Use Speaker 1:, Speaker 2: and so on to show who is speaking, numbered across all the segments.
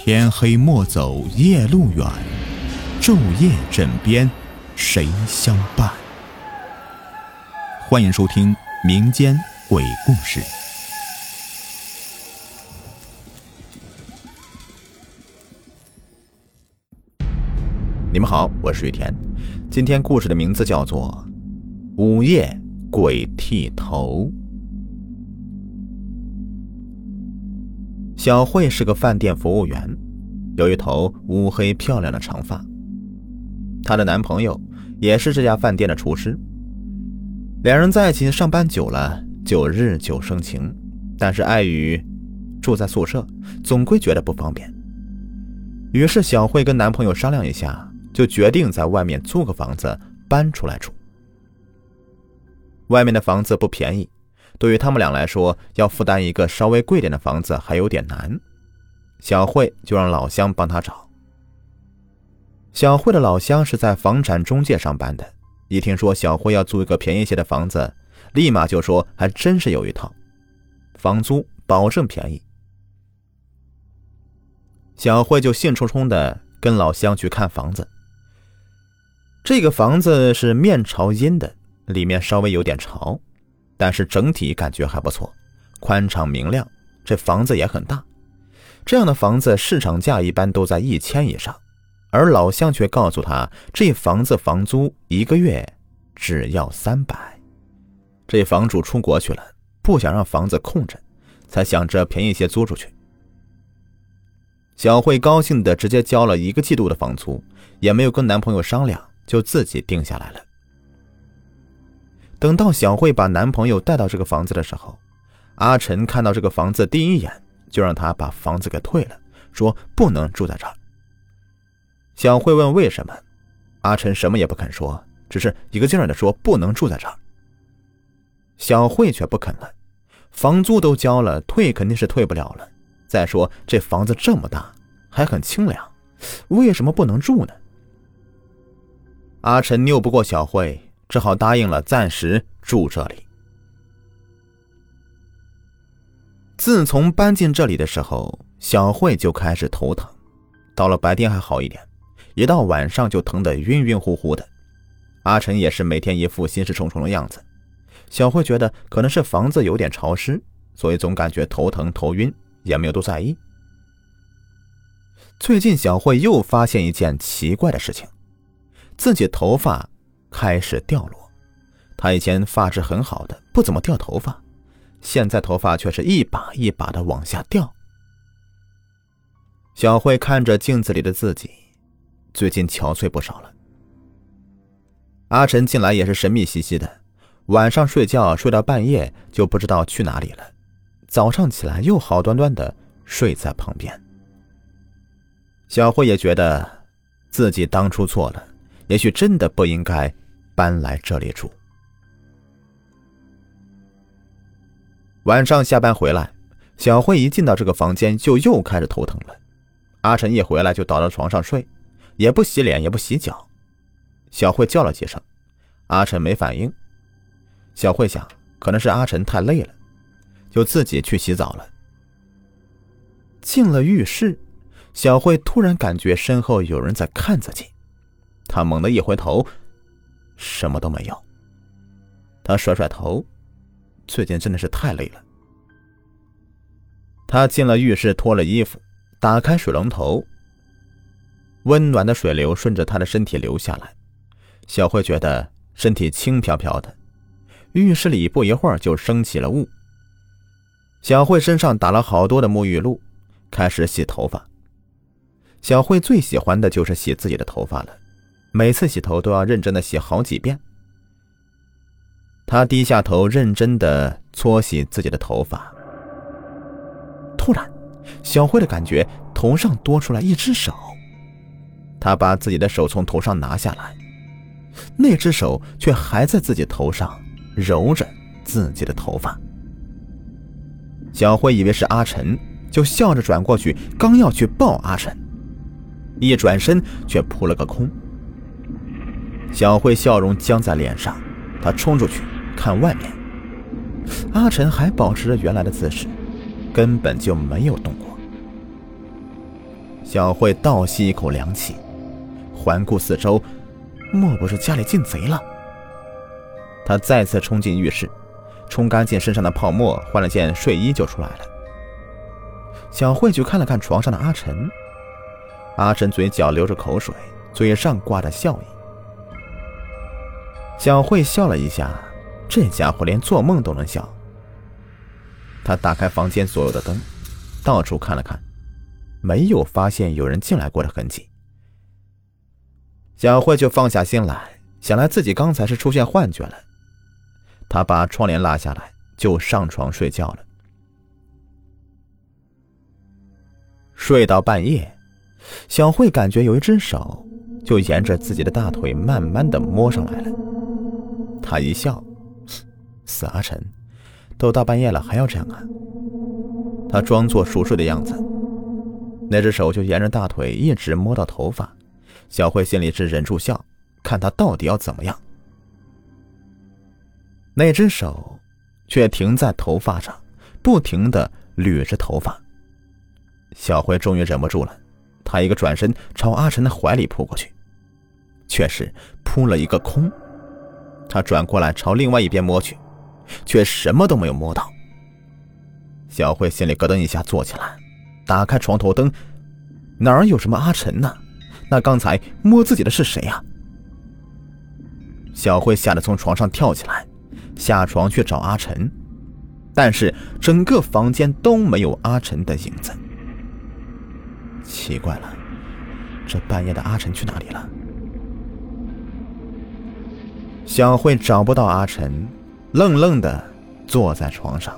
Speaker 1: 天黑莫走夜路远，昼夜枕边谁相伴？欢迎收听民间鬼故事。你们好，我是雨田。今天故事的名字叫做午夜鬼剃头。小慧是个饭店服务员，有一头乌黑漂亮的长发。她的男朋友也是这家饭店的厨师，两人在一起上班久了，就日久生情，但是碍于住在宿舍，总归觉得不方便。于是小慧跟男朋友商量一下，就决定在外面租个房子搬出来住。外面的房子不便宜，对于他们俩来说，要负担一个稍微贵点的房子还有点难。小慧就让老乡帮她找。小慧的老乡是在房产中介上班的，一听说小慧要租一个便宜些的房子，立马就说还真是有一套，房租保证便宜。小慧就兴冲冲的跟老乡去看房子。这个房子是面朝阴的，里面稍微有点潮，但是整体感觉还不错，宽敞明亮，这房子也很大。这样的房子市场价一般都在1000以上，而老乡却告诉他，这房子房租1个月只要300。这房主出国去了，不想让房子空着，才想着便宜些租出去。小慧高兴的直接交了1个季度的房租，也没有跟男朋友商量，就自己定下来了。等到小慧把男朋友带到这个房子的时候，阿晨看到这个房子第一眼就让他把房子给退了，说不能住在这儿。小慧问为什么，阿晨什么也不肯说，只是一个劲儿的说不能住在这儿。小慧却不肯了，房租都交了，退肯定是退不了了。再说这房子这么大，还很清凉，为什么不能住呢？阿晨拗不过小慧，只好答应了暂时住这里。自从搬进这里的时候，小慧就开始头疼，到了白天还好一点，一到晚上就疼得晕晕乎乎的。阿晨也是每天一副心事重重的样子。小慧觉得可能是房子有点潮湿，所以总感觉头疼头晕，也没有多在意。最近小慧又发现一件奇怪的事情，自己头发开始掉落。她以前发质很好的，不怎么掉头发，现在头发却是一把一把的往下掉。小慧看着镜子里的自己，最近憔悴不少了。阿晨进来也是神秘兮兮的，晚上睡觉睡到半夜就不知道去哪里了，早上起来又好端端的睡在旁边。小慧也觉得自己当初错了，也许真的不应该搬来这里住。晚上下班回来，小慧一进到这个房间就又开始头疼了。阿晨一回来就倒到床上睡，也不洗脸也不洗脚。小慧叫了几声，阿晨没反应。小慧想可能是阿晨太累了，就自己去洗澡了。进了浴室，小慧突然感觉身后有人在看自己，她猛地一回头，什么都没有。她甩甩头，最近真的是太累了。她进了浴室，脱了衣服，打开水龙头，温暖的水流顺着她的身体流下来。小慧觉得身体轻飘飘的，浴室里不一会儿就升起了雾。小慧身上打了好多的沐浴露，开始洗头发。小慧最喜欢的就是洗自己的头发了，每次洗头都要认真的洗好几遍。她低下头认真的搓洗自己的头发。突然，小慧的感觉头上多出来一只手，她把自己的手从头上拿下来，那只手却还在自己头上揉着自己的头发。小慧以为是阿晨，就笑着转过去，刚要去抱阿晨，一转身却扑了个空。小慧笑容僵在脸上，她冲出去看外面，阿晨还保持着原来的姿势，根本就没有动过。 小慧倒吸一口凉气，环顾四周，莫不是家里进贼了？她再次冲进浴室，冲干净身上的泡沫，换了件睡衣就出来了。小慧去看了看床上的阿晨，阿晨嘴角流着口水，嘴上挂着笑意。小慧笑了一下，这家伙连做梦都能笑。她打开房间所有的灯，到处看了看，没有发现有人进来过的痕迹。小慧就放下心来，想来自己刚才是出现幻觉了。她把窗帘拉下来，就上床睡觉了。睡到半夜，小慧感觉有一只手就沿着自己的大腿慢慢的摸上来了。她一笑，死阿晨，都大半夜了还要这样啊？她装作熟睡的样子，那只手就沿着大腿一直摸到头发。小慧心里是忍住笑，看他到底要怎么样。那只手却停在头发上，不停地捋着头发。小慧终于忍不住了，她一个转身朝阿晨的怀里扑过去，却是扑了一个空。她转过来朝另外一边摸去，却什么都没有摸到。小慧心里咯噔一下坐起来，打开床头灯，哪儿有什么阿晨呢？那刚才摸自己的是谁啊？小慧吓得从床上跳起来，下床去找阿晨，但是整个房间都没有阿晨的影子。奇怪了，这半夜的阿晨去哪里了？小慧找不到阿晨，愣愣地坐在床上。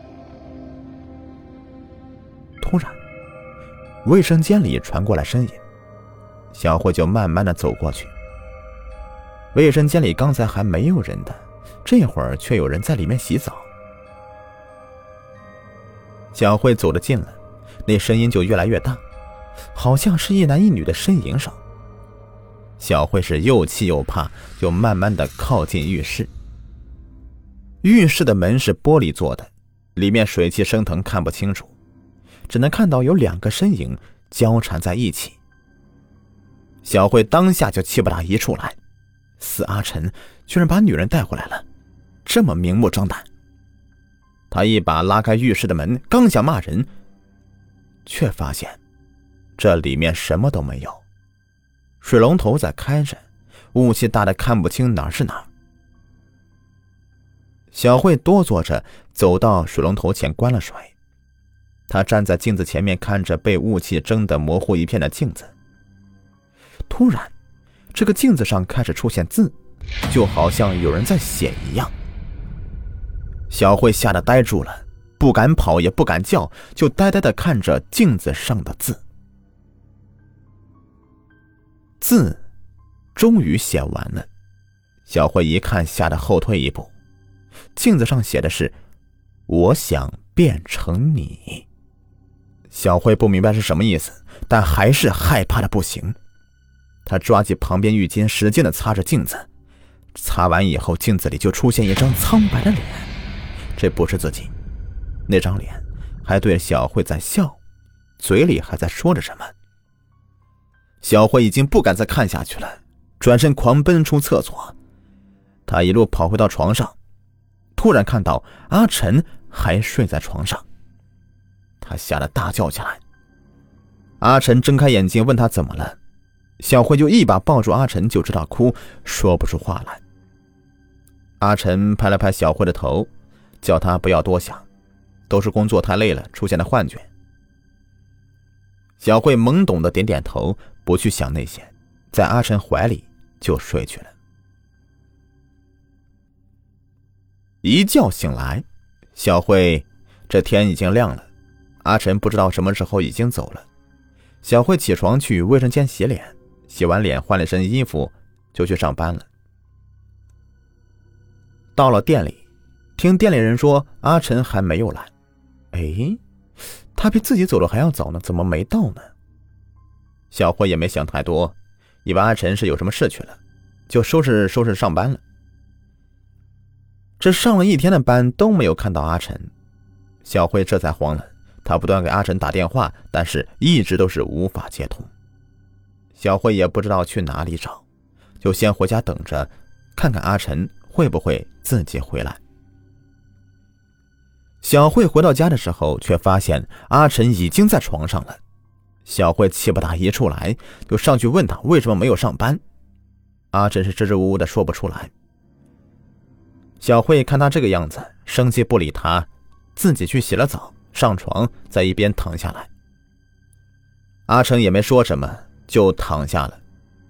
Speaker 1: 突然，卫生间里传过来声音，小慧就慢慢地走过去。卫生间里刚才还没有人的，这会儿却有人在里面洗澡。小慧走得近了，那声音就越来越大，好像是一男一女的呻吟声。小慧是又气又怕，就慢慢地靠近浴室。浴室的门是玻璃做的，里面水汽升腾，看不清楚，只能看到有两个身影交缠在一起。小慧当下就气不打一处来，死阿晨居然把女人带回来了，这么明目张胆。她一把拉开浴室的门，刚想骂人，却发现这里面什么都没有，水龙头在开着，雾气大得看不清哪儿是哪儿。小慧哆嗦着走到水龙头前关了水，她站在镜子前面看着被雾气蒸得模糊一片的镜子。突然，这个镜子上开始出现字，就好像有人在写一样。小慧吓得呆住了，不敢跑也不敢叫，就呆呆地看着镜子上的字。字终于写完了，小慧一看吓得后退一步。镜子上写的是我想变成你。小慧不明白是什么意思，但还是害怕的不行。她抓起旁边浴巾使劲地擦着镜子，擦完以后镜子里就出现一张苍白的脸，这不是自己，那张脸还对小慧在笑，嘴里还在说着什么。小慧已经不敢再看下去了，转身狂奔出厕所。她一路跑回到床上，突然看到阿晨还睡在床上，她吓得大叫起来。阿晨睁开眼睛问她怎么了，小慧就一把抱住阿晨，就知道哭，说不出话来。阿晨拍了拍小慧的头，叫她不要多想，都是工作太累了出现的幻觉。小慧懵懂的点点头，不去想那些，在阿晨怀里就睡去了。一觉醒来，小慧这天已经亮了，阿晨不知道什么时候已经走了。小慧起床去卫生间洗脸，洗完脸换了身衣服就去上班了。到了店里，听店里人说阿晨还没有来。他比自己走的还要早呢，怎么没到呢？小慧也没想太多，以为阿晨是有什么事去了，就收拾收拾上班了。这上了一天的班都没有看到阿晨，小慧这才慌了， 他不断给阿晨打电话，但是一直都是无法接通。小慧也不知道去哪里找，就先回家等着，看看阿晨会不会自己回来。小慧回到家的时候，却发现阿晨已经在床上了。小慧气不打一处来，就上去问他为什么没有上班。阿晨是支支吾吾的说不出来。小慧看他这个样子，生气不理他，自己去洗了澡，上床，在一边躺下来。阿晨也没说什么，就躺下了。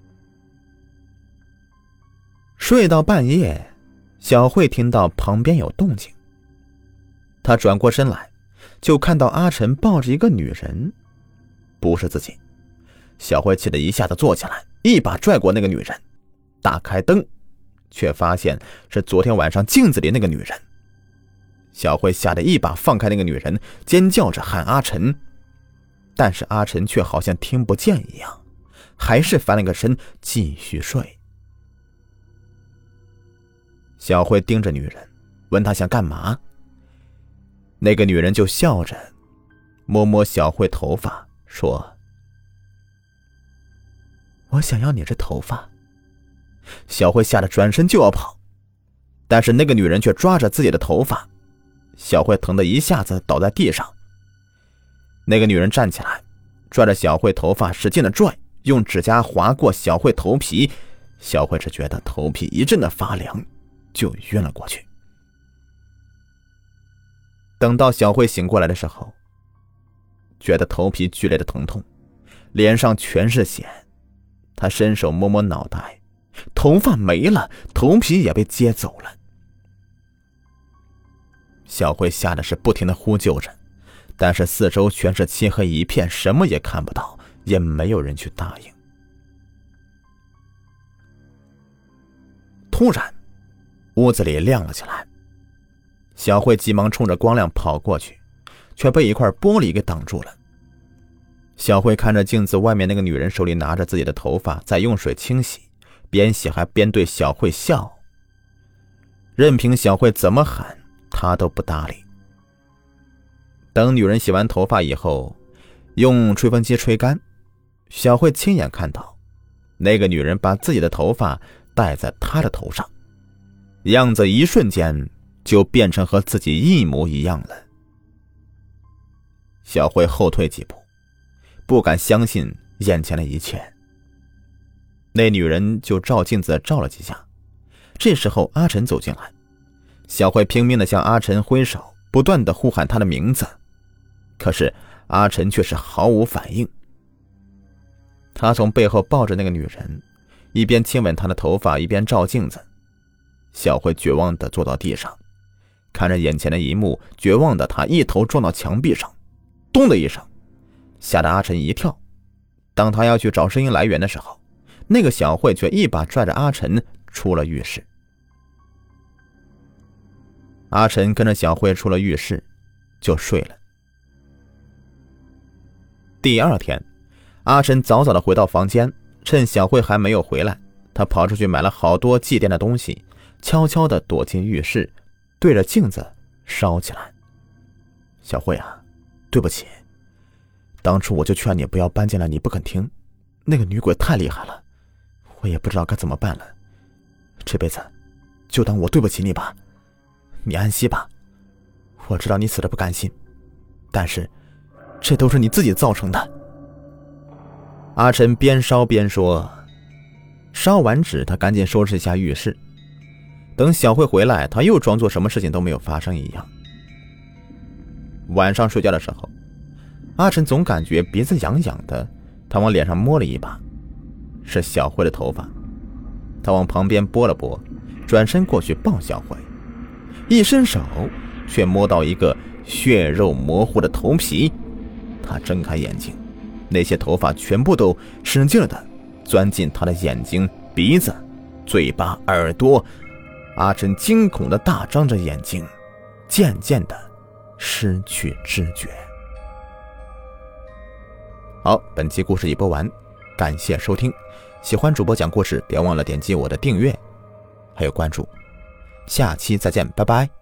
Speaker 1: 睡到半夜，小慧听到旁边有动静，她转过身来，就看到阿晨抱着一个女人，不是自己。小慧气得一下子坐起来，一把拽过那个女人，打开灯，却发现是昨天晚上镜子里那个女人。小慧吓得一把放开那个女人，尖叫着喊阿晨，但是阿晨却好像听不见一样，还是翻了个身继续睡。小慧盯着女人，问她想干嘛。那个女人就笑着摸摸小慧头发，说：我想要你这头发。小慧吓得转身就要跑，但是那个女人却抓着自己的头发，小慧疼得一下子倒在地上。那个女人站起来，拽着小慧头发使劲的拽，用指甲划过小慧头皮。小慧只觉得头皮一阵的发凉，就晕了过去。等到小慧醒过来的时候，觉得头皮剧烈的疼痛，脸上全是血。她伸手摸摸脑袋，头发没了，头皮也被接走了。小慧吓得是不停的呼救着，但是四周全是漆黑一片，什么也看不到，也没有人去答应。突然屋子里亮了起来，小慧急忙冲着光亮跑过去，却被一块玻璃给挡住了。小慧看着镜子外面那个女人手里拿着自己的头发在用水清洗，边洗还边对小慧笑，任凭小慧怎么喊她都不搭理。等女人洗完头发以后，用吹风机吹干，小慧亲眼看到那个女人把自己的头发戴在她的头上，样子一瞬间就变成和自己一模一样了。小慧后退几步，不敢相信眼前的一切。那女人就照镜子照了几下，这时候阿晨走进来，小慧拼命地向阿晨挥手，不断地呼喊他的名字，可是阿晨却是毫无反应。他从背后抱着那个女人，一边亲吻她的头发，一边照镜子。小慧绝望地坐到地上，看着眼前的一幕，绝望的她一头撞到墙壁上，咚的一声，吓得阿晨一跳。当他要去找声音来源的时候，那个小慧却一把拽着阿晨出了浴室。阿晨跟着小慧出了浴室，就睡了。第二天，阿晨早早的回到房间，趁小慧还没有回来，他跑出去买了好多祭奠的东西，悄悄地躲进浴室，对着镜子烧起来。小慧啊，对不起，当初我就劝你不要搬进来，你不肯听，那个女鬼太厉害了，我也不知道该怎么办了。这辈子就当我对不起你吧，你安息吧。我知道你死得不甘心，但是这都是你自己造成的。阿晨边烧边说，烧完纸他赶紧收拾一下浴室，等小慧回来，他又装作什么事情都没有发生一样。晚上睡觉的时候，阿晨总感觉鼻子痒痒的，他往脸上摸了一把，是小慧的头发。他往旁边拨了拨，转身过去抱小慧，一伸手却摸到一个血肉模糊的头皮。他睁开眼睛，那些头发全部都使劲的钻进他的眼睛、鼻子、嘴巴、耳朵。阿晨惊恐的大张着眼睛，渐渐的失去知觉。好，本期故事已播完，感谢收听。喜欢主播讲故事，别忘了点击我的订阅还有关注。下期再见，拜拜。